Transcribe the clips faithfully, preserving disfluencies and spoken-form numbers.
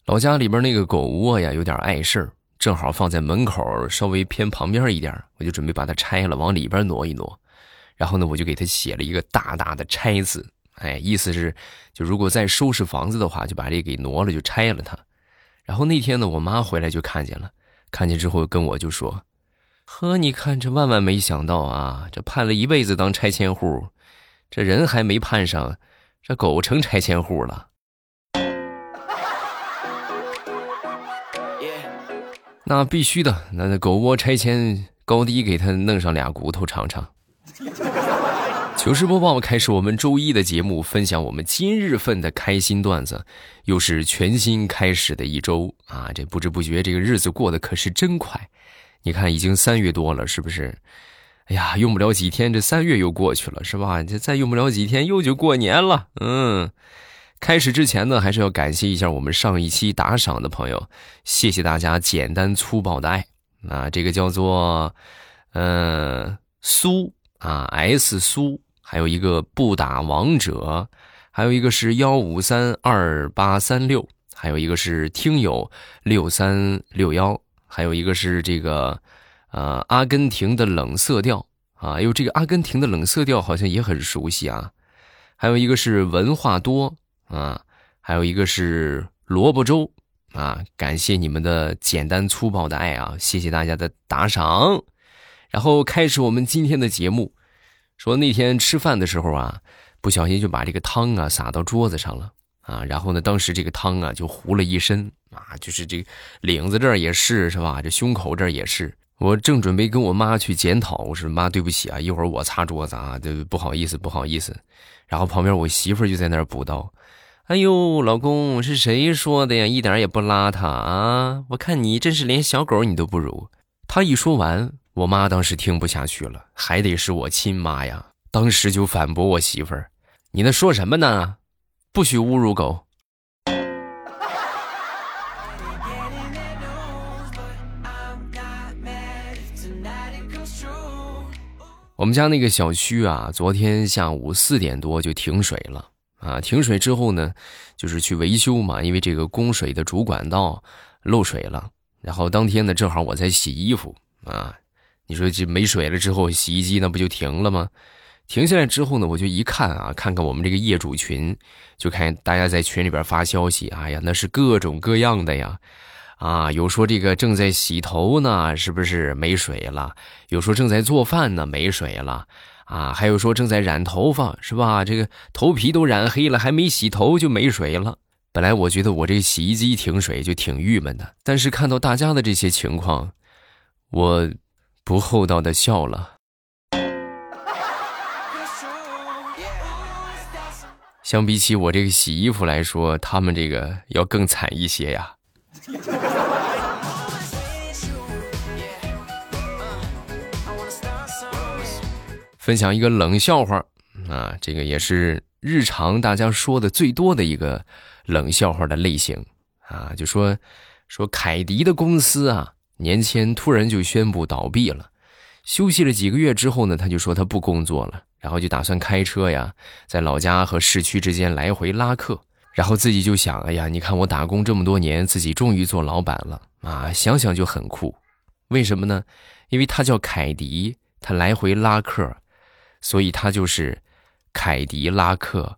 老家里边那个狗窝呀有点碍事儿，正好放在门口稍微偏旁边一点，我就准备把它拆了往里边挪一挪。然后呢我就给它写了一个大大的拆字，哎，意思是就如果再收拾房子的话就把这给挪了，就拆了它。然后那天呢我妈回来就看见了，看见之后跟我就说，呵，你看这万万没想到啊，这盼了一辈子当拆迁户，这人还没盼上，这狗成拆迁户了。那必须的，那狗窝拆迁高低给它弄上俩骨头尝尝。糗事播报开始我们周一的节目，分享我们今日份的开心段子。又是全新开始的一周啊，这不知不觉这个日子过得可是真快。你看已经三月多了，是不是？哎呀，用不了几天这三月又过去了，是吧？这再用不了几天又就过年了。嗯，开始之前呢还是要感谢一下我们上一期打赏的朋友，谢谢大家简单粗暴的爱。啊，这个叫做嗯、呃、苏啊 S 苏，还有一个不打王者，还有一个是一五三二八三六，还有一个是听友六三六一，还有一个是这个呃阿根廷的冷色调啊，哎呦这个阿根廷的冷色调好像也很熟悉啊。还有一个是文化多啊，还有一个是萝卜粥啊，感谢你们的简单粗暴的爱啊，谢谢大家的打赏。然后开始我们今天的节目，说那天吃饭的时候啊，不小心就把这个汤啊洒到桌子上了啊，然后呢当时这个汤啊就糊了一身啊，就是这个领子这儿也是是吧，这胸口这儿也是。我正准备跟我妈去检讨，我说妈对不起啊，一会儿我擦桌子啊，对，不好意思不好意思。然后旁边我媳妇儿就在那儿补刀，哎呦老公是谁说的呀，一点也不邋遢啊，我看你真是连小狗你都不如。她一说完，我妈当时听不下去了，还得是我亲妈呀，当时就反驳我媳妇儿，你那说什么呢，不许侮辱狗。我们家那个小区啊，昨天下午四点多就停水了啊！停水之后呢，就是去维修嘛，因为这个供水的主管道漏水了。然后当天呢，正好我在洗衣服啊，你说这没水了之后，洗衣机那不就停了吗？停下来之后呢，我就一看啊，看看我们这个业主群，就看大家在群里边发消息，哎呀，那是各种各样的呀。啊，有说这个正在洗头呢，是不是没水了？有说正在做饭呢，没水了。啊，还有说正在染头发，是吧？这个头皮都染黑了，还没洗头就没水了。本来我觉得我这洗衣机停水就挺郁闷的，但是看到大家的这些情况，我不厚道的笑了。相比起我这个洗衣服来说，他们这个要更惨一些呀。分享一个冷笑话啊，这个也是日常大家说的最多的一个冷笑话的类型啊，就说说凯迪的公司啊，年前突然就宣布倒闭了，休息了几个月之后呢，他就说他不工作了，然后就打算开车呀，在老家和市区之间来回拉客，然后自己就想，哎呀，你看我打工这么多年，自己终于做老板了啊，想想就很酷。为什么呢？因为他叫凯迪，他来回拉客，所以他就是凯迪拉克。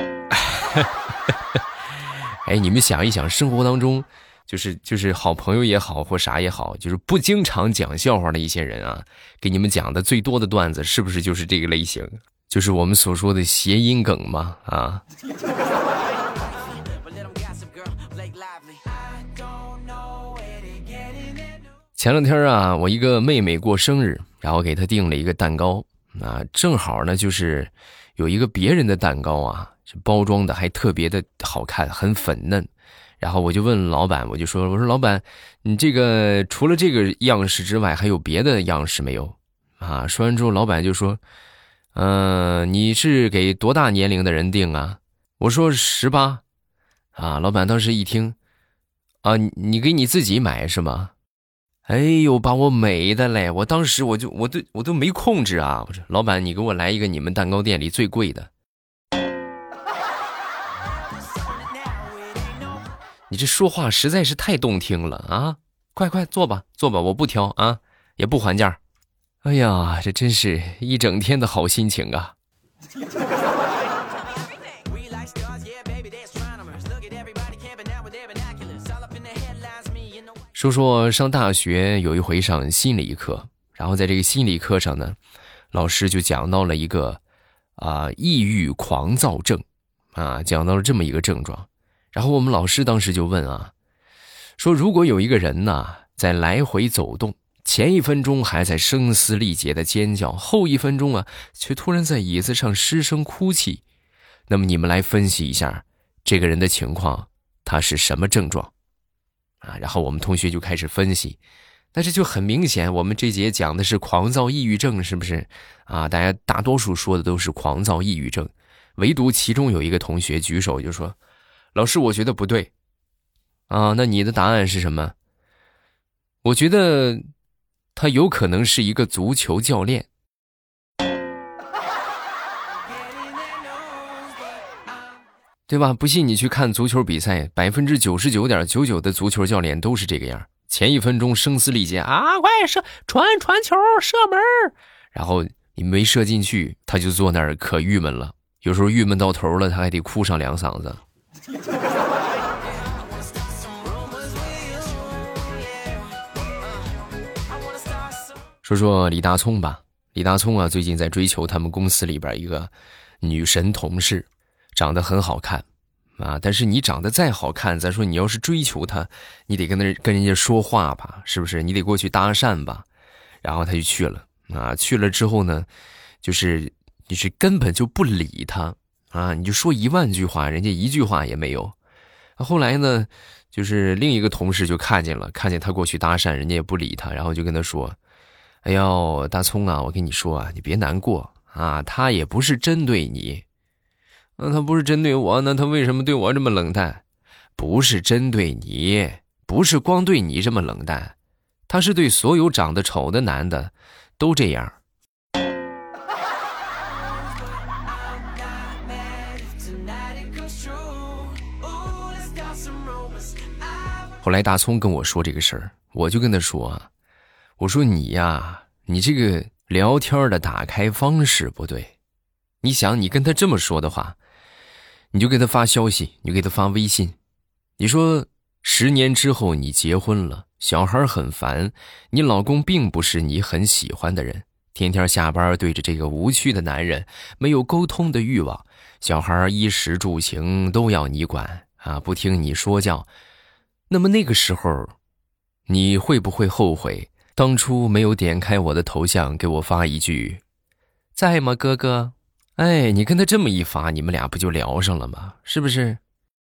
哎，你们想一想，生活当中就是就是好朋友也好或啥也好，就是不经常讲笑话的一些人啊，给你们讲的最多的段子是不是就是这个类型，就是我们所说的谐音梗嘛啊。前两天啊，我一个妹妹过生日，然后给她订了一个蛋糕啊，正好呢就是有一个别人的蛋糕啊，包装的还特别的好看，很粉嫩。然后我就问老板，我就说我说老板，你这个除了这个样式之外还有别的样式没有啊？说完之后老板就说嗯、呃，你是给多大年龄的人订啊？我说十八啊。老板当时一听啊，你给你自己买是吗？哎呦，把我美的嘞！我当时我就我都我都没控制啊！我说老板，你给我来一个你们蛋糕店里最贵的。 你这说话实在是太动听了啊！快快坐吧，坐吧，我不挑啊，也不还价。哎呀，这真是一整天的好心情啊！说说上大学有一回上心理课，然后在这个心理课上呢，老师就讲到了一个啊、呃、抑郁狂躁症啊，讲到了这么一个症状。然后我们老师当时就问啊，说如果有一个人呢在来回走动，前一分钟还在声嘶力竭的尖叫，后一分钟啊却突然在椅子上失声哭泣，那么你们来分析一下这个人的情况，他是什么症状啊？然后我们同学就开始分析，但是就很明显，我们这节讲的是狂躁抑郁症，是不是啊？大家大多数说的都是狂躁抑郁症，唯独其中有一个同学举手就说，老师我觉得不对啊，那你的答案是什么？我觉得他有可能是一个足球教练。对吧？不信你去看足球比赛，百分之九十九点九九的足球教练都是这个样。前一分钟声嘶力竭啊，快射传传球射门，然后你没射进去，他就坐那儿可郁闷了，有时候郁闷到头了，他还得哭上两嗓子。说说李大聪吧，李大聪啊，最近在追求他们公司里边一个女神同事，长得很好看啊，但是你长得再好看，咱说你要是追求她，你得跟她跟人家说话吧，是不是？你得过去搭讪吧。然后他就去了啊，去了之后呢，就是你是根本就不理他啊，你就说一万句话，人家一句话也没有。后来呢，就是另一个同事就看见了，看见他过去搭讪，人家也不理他，然后就跟他说，哎呦，大聪啊，我跟你说啊，你别难过啊，他也不是针对你。那他不是针对我，那他为什么对我这么冷淡？不是针对你，不是光对你这么冷淡，他是对所有长得丑的男的都这样。后来大聪跟我说这个事儿，我就跟他说啊，我说你呀，你这个聊天的打开方式不对。你想，你跟他这么说的话，你就给他发消息，你就给他发微信，你说十年之后你结婚了，小孩很烦，你老公并不是你很喜欢的人，天天下班对着这个无趣的男人，没有沟通的欲望，小孩衣食住行都要你管啊，不听你说教。那么那个时候你会不会后悔当初没有点开我的头像给我发一句在吗哥哥？哎，你跟他这么一发，你们俩不就聊上了吗？是不是？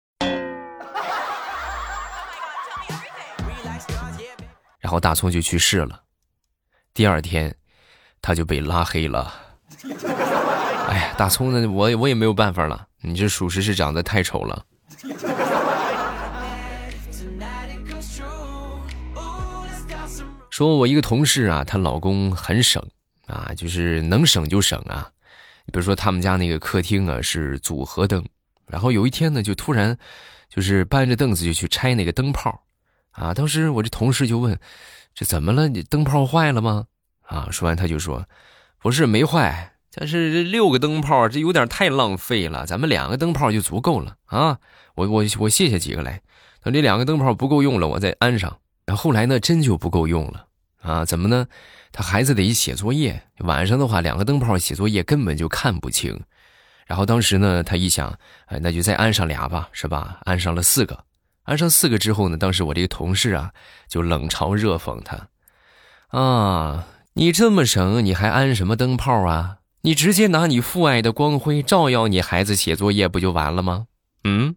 然后大葱就去世了，第二天他就被拉黑了。哎呀，大葱呢，我我也没有办法了，你这属实是长得太丑了。说我一个同事啊，她老公很省啊，就是能省就省啊。比如说他们家那个客厅啊是组合灯，然后有一天呢就突然就是搬着凳子就去拆那个灯泡啊。当时我这同事就问，这怎么了？你灯泡坏了吗？啊，说完他就说，不是没坏，但是这六个灯泡这有点太浪费了，咱们两个灯泡就足够了啊。我我我卸下几个来，等这两个灯泡不够用了，我再安上。然后后来呢，真就不够用了啊？怎么呢？他孩子得写作业，晚上的话两个灯泡写作业根本就看不清。然后当时呢，他一想，哎，那就再安上俩吧，是吧？安上了四个，安上四个之后呢，当时我这个同事啊，就冷嘲热讽他，啊，你这么省，你还安什么灯泡啊？你直接拿你父爱的光辉照耀你孩子写作业不就完了吗？嗯？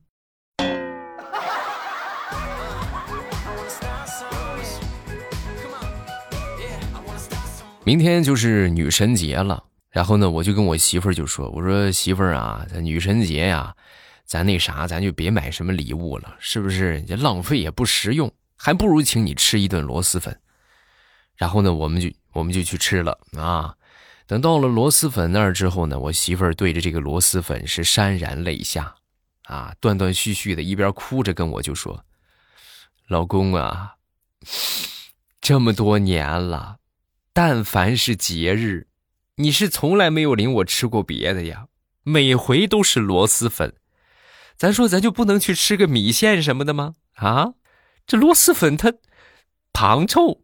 明天就是女神节了，然后呢，我就跟我媳妇儿就说，我说媳妇儿啊，咱女神节呀，咱那啥，咱就别买什么礼物了，是不是？这浪费也不实用，还不如请你吃一顿螺蛳粉。然后呢，我们就我们就去吃了啊。等到了螺蛳粉那儿之后呢，我媳妇儿对着这个螺蛳粉是潸然泪下，啊，断断续续的，一边哭着跟我就说， 老公啊，这么多年了，但凡是节日，你是从来没有领我吃过别的呀，每回都是螺蛳粉。咱说咱就不能去吃个米线什么的吗？啊，这螺蛳粉它糖臭。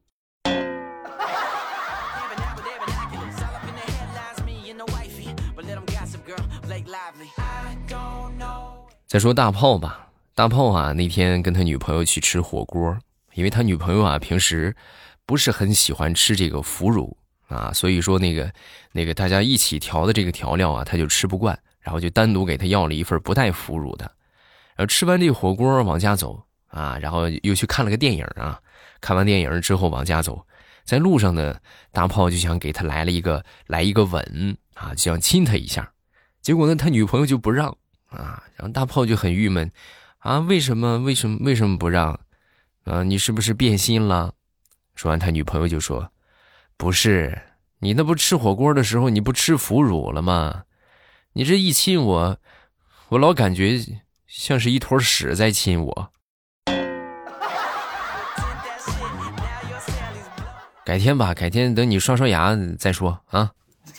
再说大炮吧，大炮啊，那天跟他女朋友去吃火锅，因为他女朋友啊平时不是很喜欢吃这个腐乳啊，所以说那个那个大家一起调的这个调料啊，他就吃不惯，然后就单独给他要了一份不带腐乳的。然后吃完这个火锅往家走啊，然后又去看了个电影啊，看完电影之后往家走，在路上呢，大炮就想给他来了一个来一个吻啊，就想亲他一下，结果呢他女朋友就不让啊，然后大炮就很郁闷啊，为什么为什么为什么不让啊？你是不是变心了？说完他女朋友就说，不是，你那不吃火锅的时候你不吃腐乳了吗？你这一亲我，我老感觉像是一坨屎在亲我。改天吧，改天等你刷刷牙再说啊。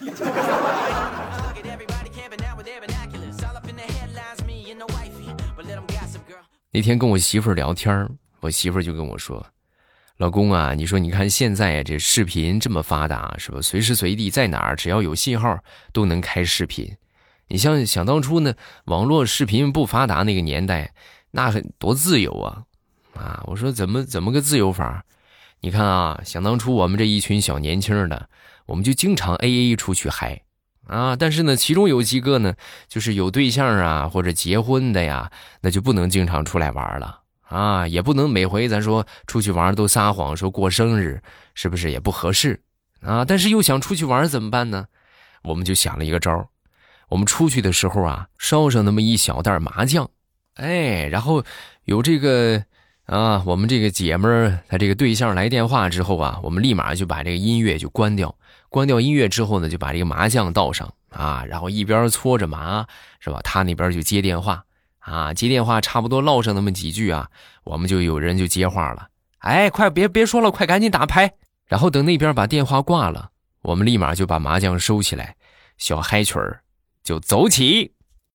那天跟我媳妇儿聊天，我媳妇儿就跟我说，老公啊，你说你看现在这视频这么发达是吧，随时随地在哪儿只要有信号都能开视频。你像想当初呢，网络视频不发达那个年代，那很多自由啊啊！我说怎么怎么个自由法？你看啊，想当初我们这一群小年轻的，我们就经常 A A 出去嗨啊，但是呢，其中有几个呢，就是有对象啊或者结婚的呀，那就不能经常出来玩了啊，也不能每回咱说出去玩都撒谎说过生日，是不是也不合适啊？但是又想出去玩怎么办呢？我们就想了一个招。我们出去的时候啊，烧上那么一小袋麻酱，哎，然后有这个啊，我们这个姐们儿她这个对象来电话之后啊，我们立马就把这个音乐就关掉，关掉音乐之后呢，就把这个麻酱倒上啊，然后一边搓着麻，是吧？他那边就接电话啊，接电话差不多唠上那么几句啊，我们就有人就接话了，哎，快别别说了，快赶紧打牌。然后等那边把电话挂了，我们立马就把麻将收起来，小嗨曲儿就走起。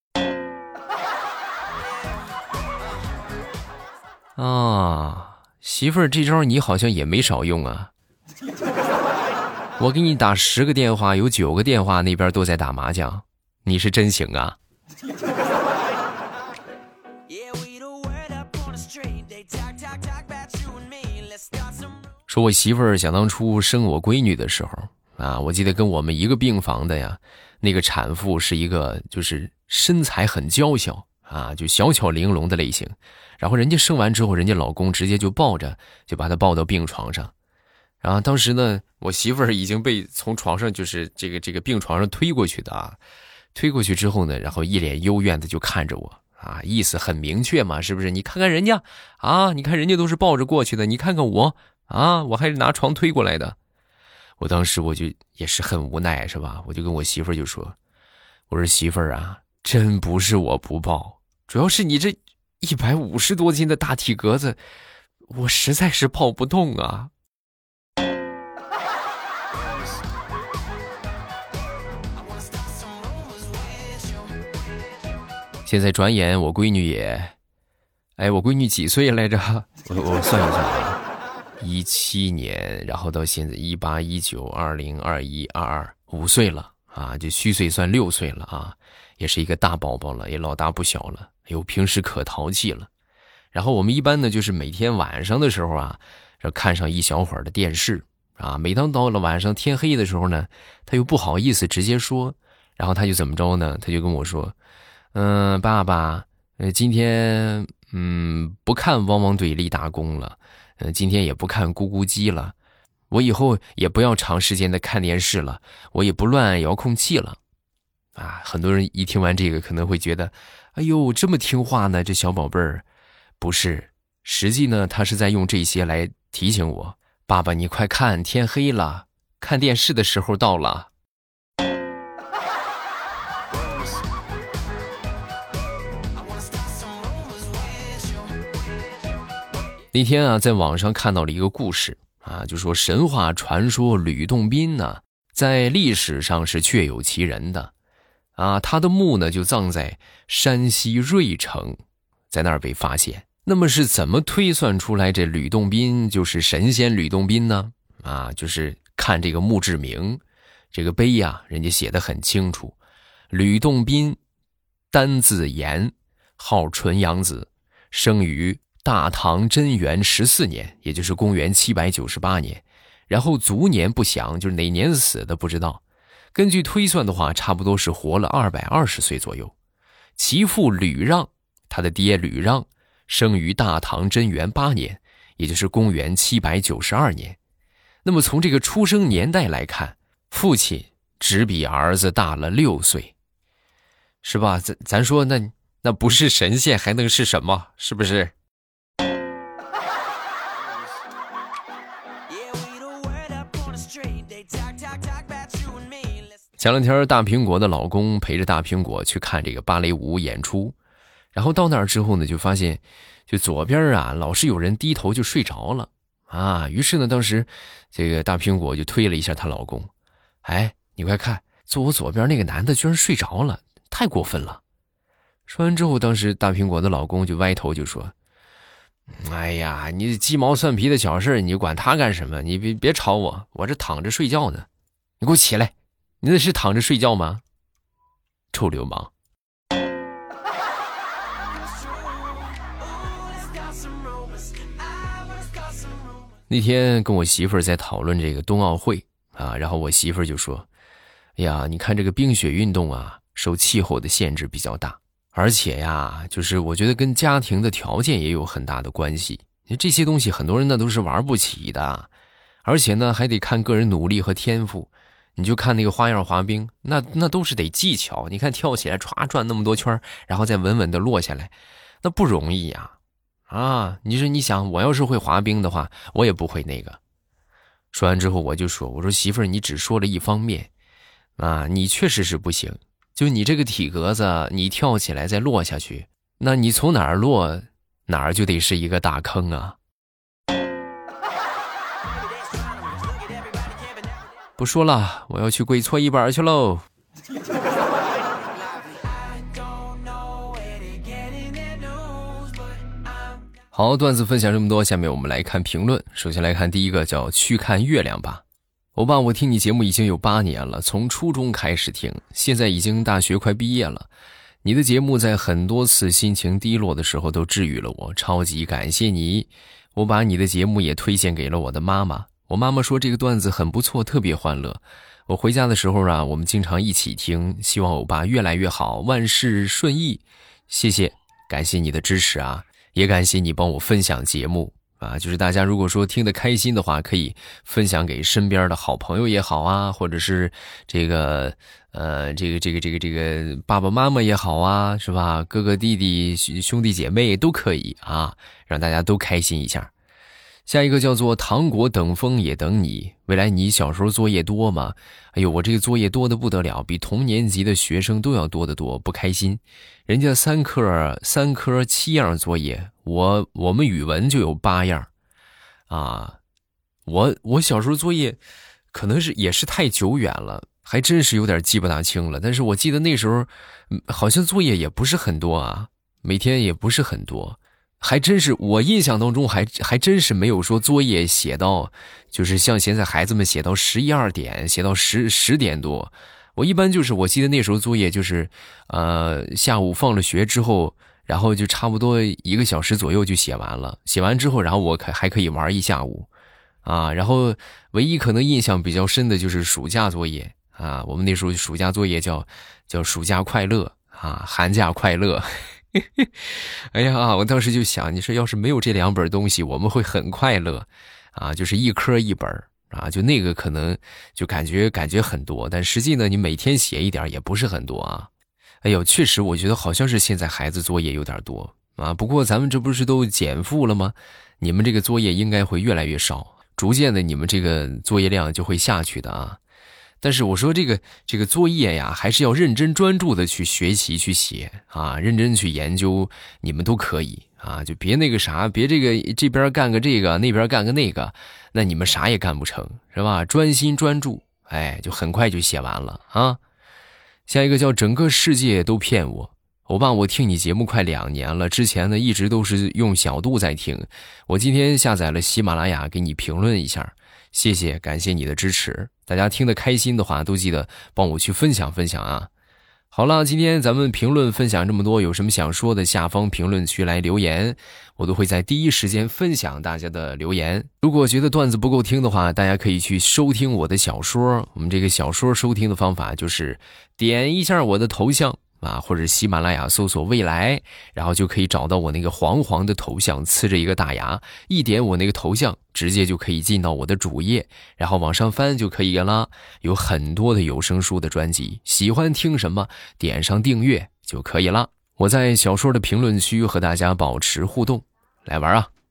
啊，媳妇儿，这招你好像也没少用啊。我给你打十个电话，有九个电话那边都在打麻将，你是真行啊。说我媳妇儿想当初生我闺女的时候啊，我记得跟我们一个病房的呀，那个产妇是一个就是身材很娇小啊，就小巧玲珑的类型。然后人家生完之后，人家老公直接就抱着，就把她抱到病床上。然后当时呢，我媳妇儿已经被从床上就是这个这个病床上推过去的啊，推过去之后呢，然后一脸幽怨的就看着我啊，意思很明确嘛，是不是？你看看人家啊，你看人家都是抱着过去的，你看看我啊，我还是拿床推过来的。我当时我就也是很无奈，是吧？我就跟我媳妇儿就说，我说媳妇儿啊，真不是我不抱，主要是你这一百五十多斤的大体格子，我实在是抱不动啊。现在转眼我闺女也，哎，我闺女几岁来着？我我算一算啊，一七年，然后到现在一八一九二零二一二二五岁了啊，就虚岁算六岁了啊，也是一个大宝宝了，也老大不小了，有平时可淘气了。然后我们一般呢，就是每天晚上的时候啊，看上一小会儿的电视啊，每当到了晚上天黑的时候呢，他又不好意思直接说，然后他就怎么着呢？他就跟我说，嗯、呃，爸爸，呃，今天嗯不看汪汪队立大功了，呃，今天也不看咕咕鸡了，我以后也不要长时间的看电视了，我也不乱遥控器了。啊，很多人一听完这个可能会觉得，哎呦，这么听话呢，这小宝贝儿。不是，实际呢，他是在用这些来提醒我，爸爸你快看，天黑了，看电视的时候到了。 那天啊，在网上看到了一个故事啊，就说神话传说吕洞宾呢，在历史上是确有其人的啊，他的墓呢就葬在山西芮城，在那儿被发现。那么是怎么推算出来这吕洞宾就是神仙吕洞宾呢？啊，就是看这个墓志铭，这个碑呀，人家写得很清楚，吕洞宾，单字言，号纯阳子，生于大唐贞元十四年，也就是公元七百九十八年，然后卒年不详，就是哪年死的不知道。根据推算的话，差不多是活了二百二十岁左右。其父吕让，他的爹吕让生于大唐贞元八年，也就是公元七百九十二年。那么从这个出生年代来看，父亲只比儿子大了六岁，是吧？咱咱说那那不是神仙还能是什么？是不是？前两天大苹果的老公陪着大苹果去看这个芭蕾舞演出，然后到那儿之后呢，就发现就左边啊老是有人低头就睡着了啊，于是呢当时这个大苹果就推了一下她老公，哎，你快看，坐我左边那个男的居然睡着了，太过分了。说完之后，当时大苹果的老公就歪头就说，哎呀，你鸡毛蒜皮的小事你管他干什么，你别别吵我，我这躺着睡觉呢，你给我起来，你那是躺着睡觉吗？臭流氓。那天跟我媳妇儿在讨论这个冬奥会啊，然后我媳妇儿就说，哎呀，你看这个冰雪运动啊，受气候的限制比较大，而且呀，就是我觉得跟家庭的条件也有很大的关系。这些东西很多人呢都是玩不起的，而且呢还得看个人努力和天赋。你就看那个花样滑冰，那那都是得技巧。你看跳起来歘转那么多圈，然后再稳稳的落下来，那不容易呀。啊，你说你想，我要是会滑冰的话，我也不会那个。说完之后我就说，我说媳妇儿，你只说了一方面啊，你确实是不行。就你这个体格子，你跳起来再落下去，那你从哪儿落，哪儿就得是一个大坑啊。不说了，我要去跪搓衣板去喽。好，段子分享这么多，下面我们来看评论。首先来看第一个，叫去看月亮吧。欧巴，我听你节目已经有八年了，从初中开始听，现在已经大学快毕业了。你的节目在很多次心情低落的时候都治愈了我，超级感谢你。我把你的节目也推荐给了我的妈妈，我妈妈说这个段子很不错，特别欢乐。我回家的时候啊，我们经常一起听，希望欧巴越来越好，万事顺意。谢谢，感谢你的支持啊，也感谢你帮我分享节目啊，就是大家如果说听得开心的话，可以分享给身边的好朋友也好啊，或者是这个呃这个这个这个这个爸爸妈妈也好啊，是吧？哥哥弟弟兄弟姐妹都可以啊，让大家都开心一下。下一个叫做糖果等风也等你，未来你小时候作业多吗？哎呦，我这个作业多得不得了，比同年级的学生都要多得多，不开心。人家三科三科七样作业，我我们语文就有八样啊。我我小时候作业可能是也是太久远了，还真是有点记不大清了，但是我记得那时候好像作业也不是很多啊，每天也不是很多。还真是，我印象当中还还真是没有说作业写到，就是像现在孩子们写到十一二点，写到十十点多。我一般就是我记得那时候作业就是，呃，下午放了学之后，然后就差不多一个小时左右就写完了。写完之后，然后我可还可以玩一下午，啊，然后唯一可能印象比较深的就是暑假作业啊，我们那时候暑假作业叫叫暑假快乐啊，寒假快乐。哎呀，我当时就想，你说要是没有这两本东西，我们会很快乐啊，就是一科一本啊，就那个可能就感觉感觉很多，但实际呢，你每天写一点也不是很多啊。哎呦，确实我觉得好像是现在孩子作业有点多啊，不过咱们这不是都减负了吗？你们这个作业应该会越来越少，逐渐的你们这个作业量就会下去的啊。 但是我说这个这个作业呀，还是要认真专注的去学习去写啊，认真去研究，你们都可以啊，就别那个啥，别这个这边干个这个，那边干个那个，那你们啥也干不成，是吧？专心专注，哎，就很快就写完了啊。下一个叫整个世界都骗我。欧巴，我听你节目快两年了，之前呢一直都是用小度在听，我今天下载了喜马拉雅，给你评论一下，谢谢，感谢你的支持。大家听得开心的话，都记得帮我去分享分享啊。好了，今天咱们评论分享这么多，有什么想说的，下方评论区来留言，我都会在第一时间分享大家的留言。如果觉得段子不够听的话，大家可以去收听我的小说。我们这个小说收听的方法就是点一下我的头像啊，或者喜马拉雅搜索未来，然后就可以找到我那个黄黄的头像，呲着一个大牙，一点我那个头像，直接就可以进到我的主页，然后往上翻就可以了。有很多的有声书的专辑，喜欢听什么，点上订阅就可以了。我在小说的评论区和大家保持互动，来玩啊！